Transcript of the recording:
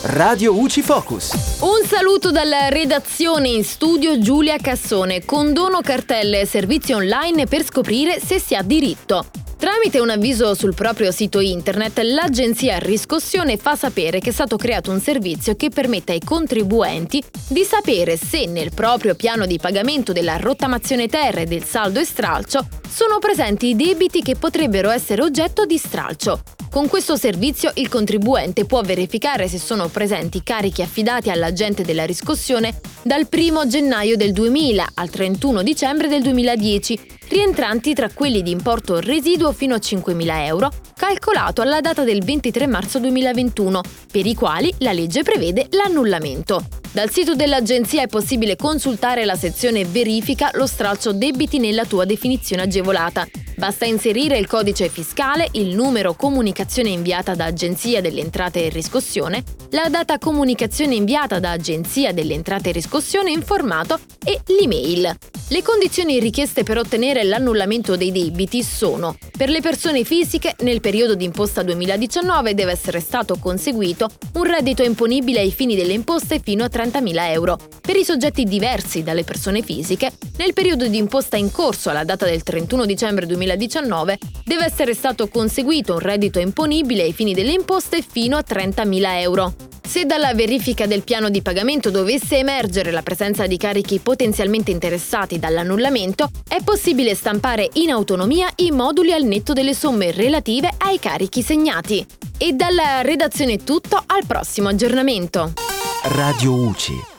Radio UCI Focus. Un saluto dalla redazione, in studio Giulia Cassone. Condono cartelle e servizi online per scoprire se si ha diritto. Tramite un avviso sul proprio sito internet, l'agenzia Riscossione fa sapere che è stato creato un servizio che permette ai contribuenti di sapere se nel proprio piano di pagamento della rottamazione ter e del saldo e stralcio sono presenti i debiti che potrebbero essere oggetto di stralcio. Con questo servizio il contribuente può verificare se sono presenti carichi affidati all'agente della riscossione dal 1 gennaio del 2000 al 31 dicembre del 2010, rientranti tra quelli di importo residuo fino a 5.000 euro, calcolato alla data del 23 marzo 2021, per i quali la legge prevede l'annullamento. Dal sito dell'agenzia è possibile consultare la sezione Verifica lo stralcio debiti nella tua definizione agevolata. Basta inserire il codice fiscale, il numero comunicazione inviata da Agenzia delle Entrate e Riscossione, la data comunicazione inviata da Agenzia delle Entrate e Riscossione in formato e l'email. Le condizioni richieste per ottenere l'annullamento dei debiti sono: per le persone fisiche, nel periodo di imposta 2019 deve essere stato conseguito un reddito imponibile ai fini delle imposte fino a 30.000 euro. Per i soggetti diversi dalle persone fisiche, nel periodo di imposta in corso alla data del 31 dicembre 2019 deve essere stato conseguito un reddito imponibile ai fini delle imposte fino a 30.000 euro. Se dalla verifica del piano di pagamento dovesse emergere la presenza di carichi potenzialmente interessati dall'annullamento, è possibile stampare in autonomia i moduli al netto delle somme relative ai carichi segnati. E dalla redazione è tutto, al prossimo aggiornamento. Radio UCI.